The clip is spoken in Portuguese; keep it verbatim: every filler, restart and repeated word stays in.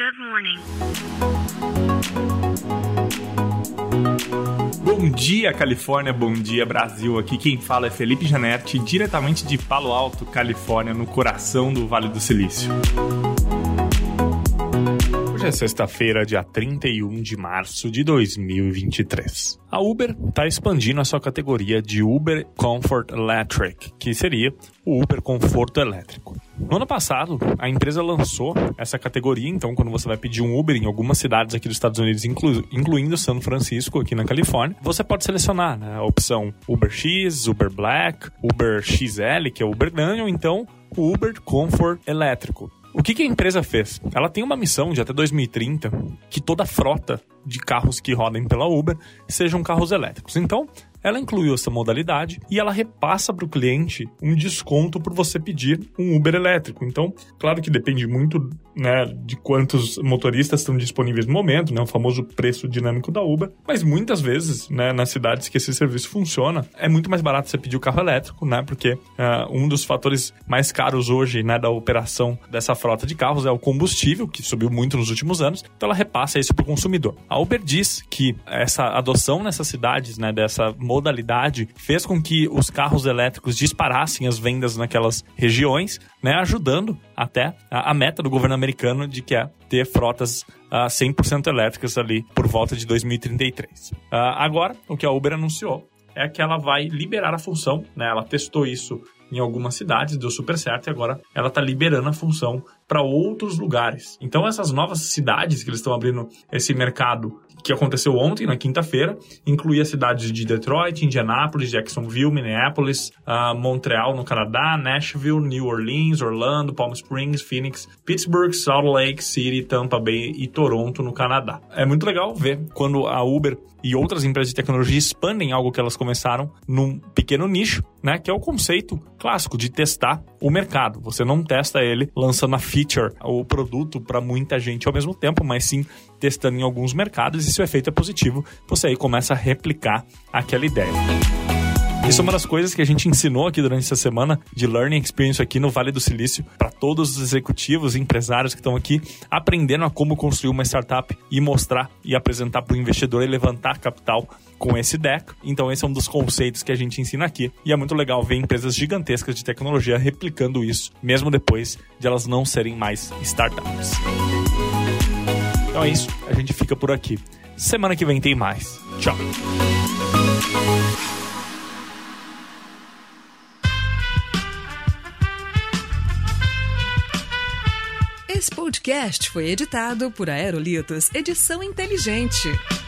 Good morning. Bom dia, Califórnia, bom dia, Brasil. Aqui quem fala é Felipe Janetti, diretamente de Palo Alto, Califórnia, no coração do Vale do Silício. Hoje é sexta-feira, dia trinta e um de março de dois mil e vinte e três. A Uber está expandindo a sua categoria de Uber Comfort Electric, que seria o Uber Conforto Elétrico. No ano passado, a empresa lançou essa categoria, então quando você vai pedir um Uber em algumas cidades aqui dos Estados Unidos, inclu- incluindo São Francisco, aqui na Califórnia, você pode selecionar, né, a opção Uber X, Uber Black, Uber X L, que é o Uber grande, ou então o Uber Comfort Elétrico. O que, que a empresa fez? Ela tem uma missão de até dois mil e trinta que toda a frota de carros que rodem pela Uber sejam carros elétricos. Então, ela incluiu essa modalidade e ela repassa para o cliente um desconto por você pedir um Uber elétrico. Então, claro que depende muito, né, de quantos motoristas estão disponíveis no momento, né, o famoso preço dinâmico da Uber, mas muitas vezes, né, nas cidades que esse serviço funciona, é muito mais barato você pedir o carro elétrico, né, porque uh, um dos fatores mais caros hoje, né, da operação dessa frota de carros é o combustível, que subiu muito nos últimos anos, então ela repassa isso para o consumidor. A Uber diz que essa adoção nessas cidades, né, dessa modalidade, fez com que os carros elétricos disparassem as vendas naquelas regiões, né, ajudando até a, a meta do governo americano de que é ter frotas uh, cem por cento elétricas ali por volta de dois mil e trinta e três. Uh, agora, o que a Uber anunciou é que ela vai liberar a função, né, ela testou isso em algumas cidades, deu super certo, e agora ela está liberando a função para outros lugares. Então essas novas cidades que eles estão abrindo esse mercado, que aconteceu ontem, na quinta-feira, inclui as cidades de Detroit, Indianápolis, Jacksonville, Minneapolis, uh, Montreal no Canadá, Nashville, New Orleans, Orlando, Palm Springs, Phoenix, Pittsburgh, Salt Lake City, Tampa Bay e Toronto no Canadá. É muito legal ver quando a Uber e outras empresas de tecnologia expandem algo que elas começaram num pequeno nicho, né, que é o conceito clássico de testar o mercado. Você não testa ele lançando a feature, o produto para muita gente ao mesmo tempo, mas sim testando em alguns mercados, e se o efeito é positivo, você aí começa a replicar aquela ideia. Isso é uma das coisas que a gente ensinou aqui durante essa semana de Learning Experience aqui no Vale do Silício para todos os executivos e empresários que estão aqui aprendendo a como construir uma startup e mostrar e apresentar para o investidor e levantar capital com esse deck. Então esse é um dos conceitos que a gente ensina aqui, e é muito legal ver empresas gigantescas de tecnologia replicando isso, mesmo depois de elas não serem mais startups. Então é isso, a gente fica por aqui. Semana que vem tem mais. Tchau! Esse podcast foi editado por Aerolitos Edição Inteligente.